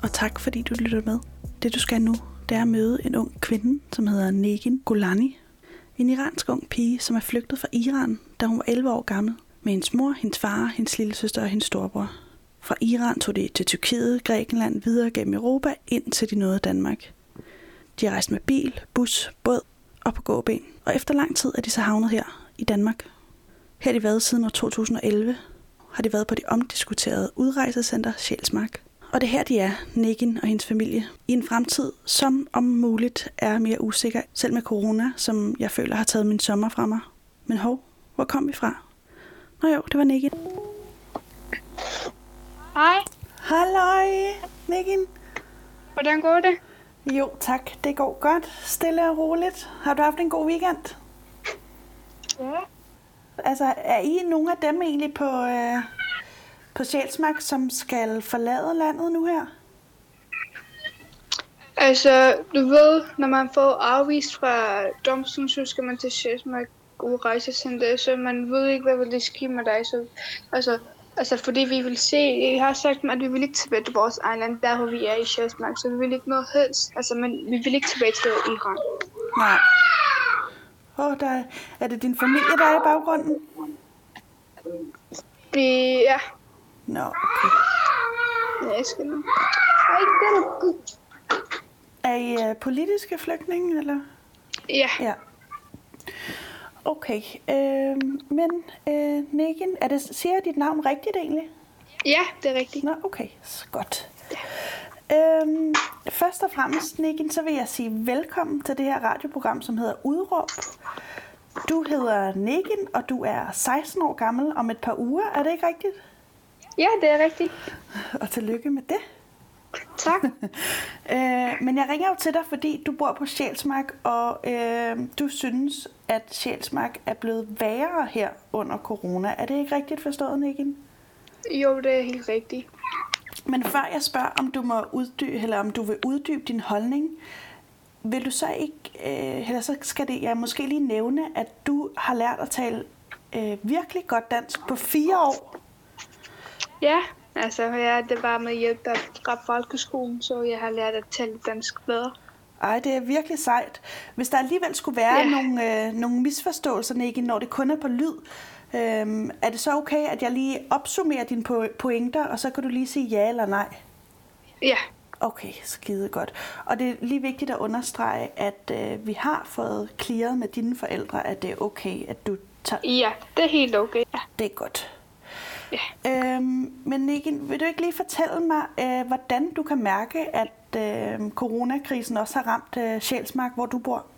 og tak fordi du lytter med. Det du skal nu, det er at møde en ung kvinde, som hedder Negin Golani. En iransk ung pige, som er flygtet fra Iran, da hun var 11 år gammel. Med hendes mor, hendes far, hendes lillesøster og hendes storebror. Fra Iran tog de til Tyrkiet, Grækenland, videre gennem Europa, indtil de nåede Danmark. De har rejst med bil, bus, båd og på gåben. Og efter lang tid er de så havnet her i Danmark. Her har de været siden år 2011. Har de været på det omdiskuterede udrejsecenter Sjælsmark. Og det er her, de er, Negin og hendes familie, i en fremtid, som om muligt er mere usikker, selv med corona, som jeg føler har taget min sommer fra mig. Men hvor kom vi fra? Nå jo, det var Negin. Hej. Halløj, Negin. Hvordan går det? Jo, tak. Det går godt. Stille og roligt. Har du haft en god weekend? Ja. Altså, er I nogle af dem egentlig på Sjælsmark, som skal forlade landet nu her? Altså, du ved, når man får afvist fra domstolen, så skal man til Sjælsmark udrejsecenter, så man ved ikke, hvad vil det ske med dig. Så, altså, fordi vi har sagt, at vi vil ikke tilbage til vores egen land, der hvor vi er i Sjælsmark, så vi vil ikke noget helst. Altså, men vi vil ikke tilbage til Iran. Nej. Er det din familie, der er i baggrunden? Ja. Nå, okay. Ja, jeg skal nu. Er I politiske flygtninge, eller? Ja. Okay, men Negin, siger jeg dit navn rigtigt egentlig? Ja, det er rigtigt. Nå, okay, godt. Først og fremmest, Negin, så vil jeg sige velkommen til det her radioprogram, som hedder Udråb. Du hedder Negin, og du er 16 år gammel om et par uger, er det ikke rigtigt? Ja, det er rigtigt. Og tillykke med det. Tak. Men jeg ringer jo til dig, fordi du bor på Sjælsmark, og du synes, at Sjælsmark er blevet værre her under corona. Er det ikke rigtigt forstået, Negin? Jo, det er helt rigtigt. Men før jeg spørger, om du må uddybe, eller om du vil uddybe din holdning, vil du så ikke, eller så skal jeg måske lige nævne, at du har lært at tale virkelig godt dansk på 4 år. Ja, altså det var med hjælp fra folkeskolen, så jeg har lært at tale dansk bedre. Ej, det er virkelig sejt. Hvis der alligevel skulle være nogle misforståelser, Negin, når det kun er på lyd, er det så okay, at jeg lige opsummerer dine pointer, og så kan du lige sige ja eller nej? Ja. Okay, skide godt. Og det er lige vigtigt at understrege, at vi har fået clearet med dine forældre, at det er okay, at du tager... Ja, det er helt okay. Ja. Det er godt. Ja. Men Negin, vil du ikke lige fortælle mig, hvordan du kan mærke, at coronakrisen også har ramt Sjælsmark, hvor du bor?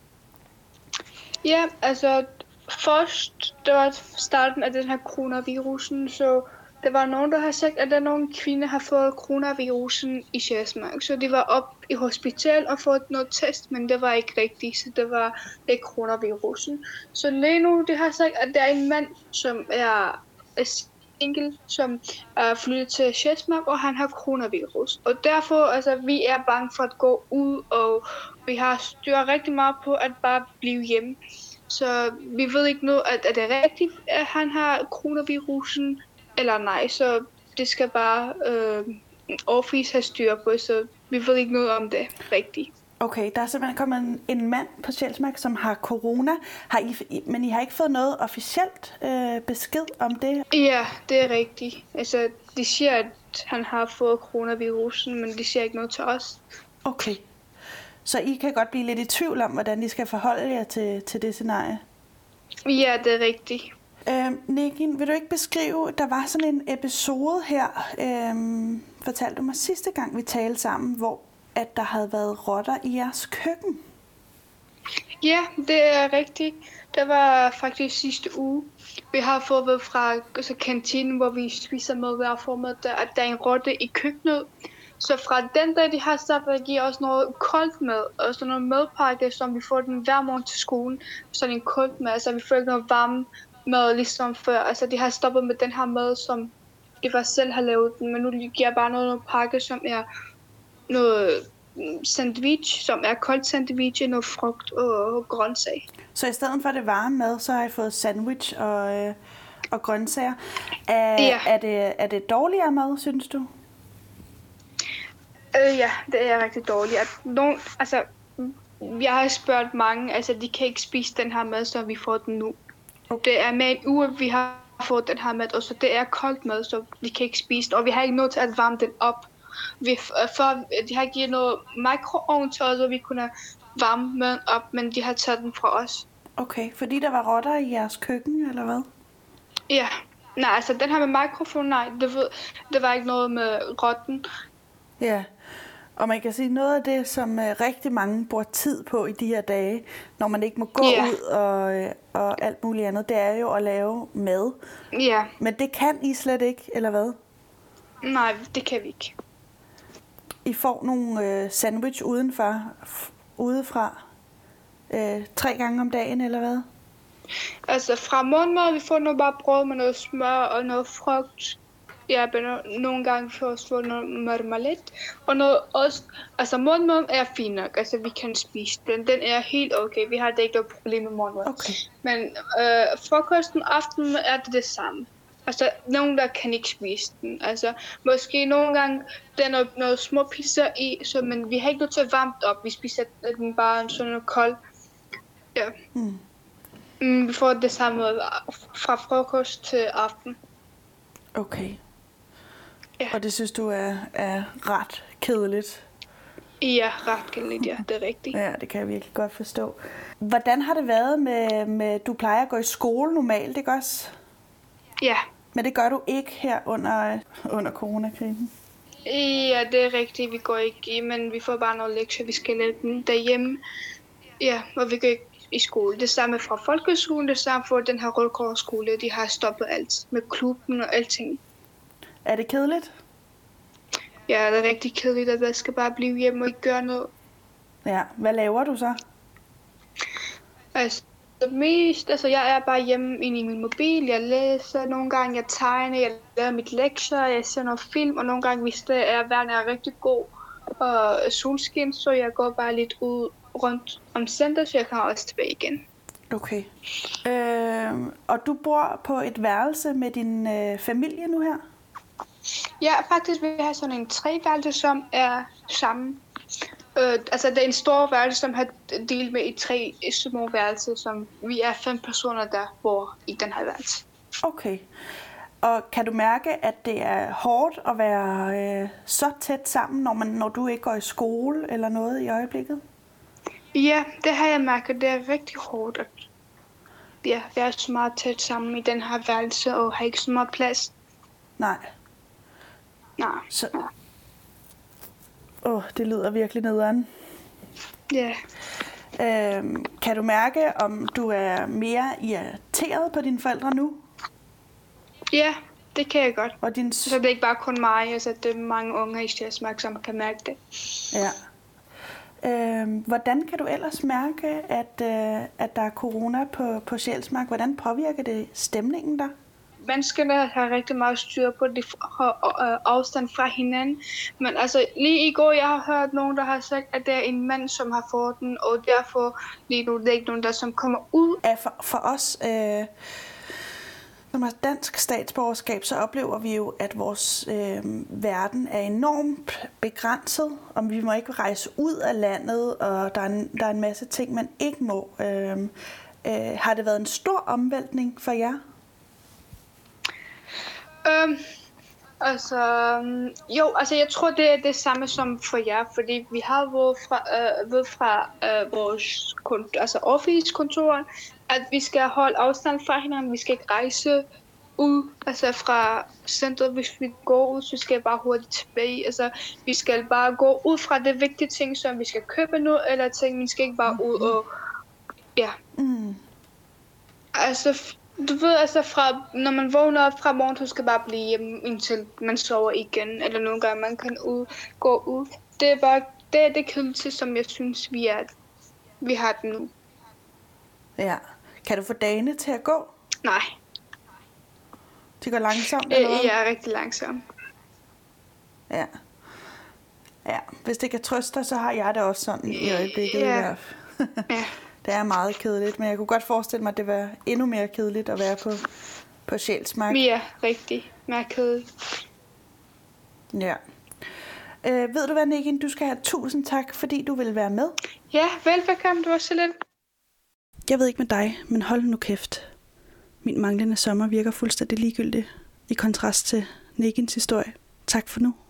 Ja, altså først, det var starten af den her coronavirusen, så der var nogen, der har sagt, at der nogle kvinder har fået coronavirusen i Sjælsmark. Så de var op i hospital og fået noget test, men det var ikke rigtigt, så det var ikke coronavirusen. Så lige nu, de har sagt, at der er en mand, som er single, som er flyttet til Sjælsmark, og han har coronavirus. Og derfor, altså, vi er bange for at gå ud, og vi har styrt rigtig meget på at bare blive hjemme. Så vi ved ikke nu, at det er rigtigt, at han har coronavirusen, eller nej, så det skal bare office have styr på, så vi ved ikke noget om det rigtigt. Okay, der er simpelthen kommet en mand på Sjælsmark, som har corona. Men I har ikke fået noget officielt besked om det? Ja, det er rigtigt. Altså, de siger, at han har fået coronavirusen, men de siger ikke noget til os. Okay. Så I kan godt blive lidt i tvivl om, hvordan I skal forholde jer til det scenarie? Ja, det er rigtigt. Negin, vil du ikke beskrive, der var sådan en episode her, fortalte du mig sidste gang, vi talte sammen, hvor at der havde været rotter i jeres køkken? Ja, det er rigtigt. Det var faktisk sidste uge. Vi har fået fra kantinen, hvor vi spiser med hver formiddag, at der er en rotte i køkkenet. Så fra den dag, de har stoppet at give os noget koldt mad, og sådan noget madpakke, som vi får den hver morgen til skolen. Sådan en koldt mad, så vi får ikke noget varme mad ligesom før. Altså de har stoppet med den her mad, som de bare selv har lavet den, men nu giver jeg bare noget pakke, som er noget sandwich, som er koldt sandwich, noget frugt og grøntsag. Så i stedet for det varme mad, så har I fået sandwich og grøntsager. Ja. Er det dårligere mad, synes du? Ja, det er rigtig dårligt. Jeg har spurgt mange, altså de kan ikke spise den her mad, så vi får den nu. Okay. Det er med en uge, vi har fået den her mad, og så det er koldt mad, så vi kan ikke spise den, og vi har ikke noget til at varme den op. De har givet noget mikroovn til os, så vi kunne varme maden op, men de har taget den fra os. Okay, fordi der var rotter i jeres køkken, eller hvad? Ja, nej, altså den her med mikrofon, nej, det var ikke noget med rotten. Ja, og man kan sige, noget af det, som rigtig mange bruger tid på i de her dage, når man ikke må gå ud og alt muligt andet, det er jo at lave mad. Ja. Men det kan I slet ikke, eller hvad? Nej, det kan vi ikke. I får nogle sandwich udefra 3 gange om dagen, eller hvad? Altså fra morgenmad, vi får noget bare brød med noget smør og noget frugt. Ja, nogle gange får vi noget marmelade og noget ost. Altså morgenmaden er fin nok, altså vi kan spise den. Den er helt okay, vi har det ikke noget problem med morgenmad. Okay. Men frokosten og aftenen er det samme. Altså nogen der kan ikke spise den. Altså måske nogle gange der er noget små pizza i, så, men vi har ikke noget til at varme op. Vi spiser den bare sådan noget kold. Ja. Vi får det samme fra frokost til aften. Okay. Ja. Og det synes du er ret kedeligt? Ja, ret kedeligt, ja, det er rigtigt. Ja, det kan jeg virkelig godt forstå. Hvordan har det været med du plejer at gå i skole normalt, ikke også? Ja. Men det gør du ikke her under coronakrisen? Ja, det er rigtigt, vi går ikke i, men vi får bare nogle lektier, vi skal lære dem derhjemme. Ja, og vi går ikke i skole. Det samme fra folkeskolen, det samme for den her Rødkors-skole. De har stoppet alt med klubben og alting. Er det kedeligt? Ja, det er rigtig kedeligt, at jeg skal bare blive hjemme og ikke gøre noget. Ja, hvad laver du så? Altså, jeg er bare hjemme inde i min mobil, jeg læser, nogle gange jeg tegner, jeg laver mit lektier, jeg ser noget film, og nogle gange, hvis det er, verden er rigtig god og solskin, så jeg går bare lidt ud rundt om center, så jeg kan også tilbage igen. Okay. Og du bor på et værelse med din familie nu her? Ja, faktisk vi har sådan en 3-værelse, som er sammen. Altså det er en stor værelse, som har delt med i 3 små værelser, som vi er 5 personer, der bor i den her værelse. Okay. Og kan du mærke, at det er hårdt at være så tæt sammen, når du ikke går i skole eller noget i øjeblikket? Ja, det har jeg mærket. Det er rigtig hårdt at være så meget tæt sammen i den her værelse og have ikke så meget plads. Nej. Nej. Så... det lyder virkelig nederen. Ja. Kan du mærke, om du er mere irriteret på dine forældre nu? Ja, det kan jeg godt. Og så det er ikke bare kun mig, altså det er mange unge i Sjælsmark, som kan mærke det. Ja. Hvordan kan du ellers mærke, at der er corona på Sjælsmark? Hvordan påvirker det stemningen der? Menneskerne har rigtig meget styr på det afstand fra hinanden. Men altså lige i går, jeg har hørt nogen, der har sagt, at det er en mand, som har fået den, og derfor lige nu det er ikke nogen, der som kommer ud. For os, som har dansk statsborgerskab, så oplever vi jo, at vores verden er enormt begrænset, og vi må ikke rejse ud af landet, og der er en masse ting, man ikke må. Har det været en stor omvæltning for jer? Jeg tror, det er det samme som for jer, fordi vi har ved fra vores office-kontor, at vi skal holde afstand fra hinanden, vi skal ikke rejse ud, altså fra centret, hvis vi går ud, så skal vi bare hurtigt tilbage, altså vi skal bare gå ud fra det vigtige ting, som vi skal købe nu, eller ting, vi skal ikke bare ud og, ja. Altså, du ved, altså når man vågner op fra morgen, så skal bare blive hjemme, indtil man sover igen, eller nogle gange man kan gå ud. Det er bare det kedelige, som jeg synes, vi har det nu. Ja. Kan du få dagene til at gå? Nej. Det går langsomt, eller hvad? Ja, rigtig langsomt. Ja. Ja, hvis det kan trøste dig, så har jeg det også sådan i øjeblikket. Ja. Ja. Det er meget kedeligt, men jeg kunne godt forestille mig, at det var endnu mere kedeligt at være på Sjælsmark. Ja, rigtig meget kedeligt. Ja. Ved du hvad, Negan? Du skal have 1000 tak, fordi du vil være med. Ja, velbekomme, du var så lidt. Jeg ved ikke med dig, men hold nu kæft. Min manglende sommer virker fuldstændig ligegyldig i kontrast til Negans historie. Tak for nu.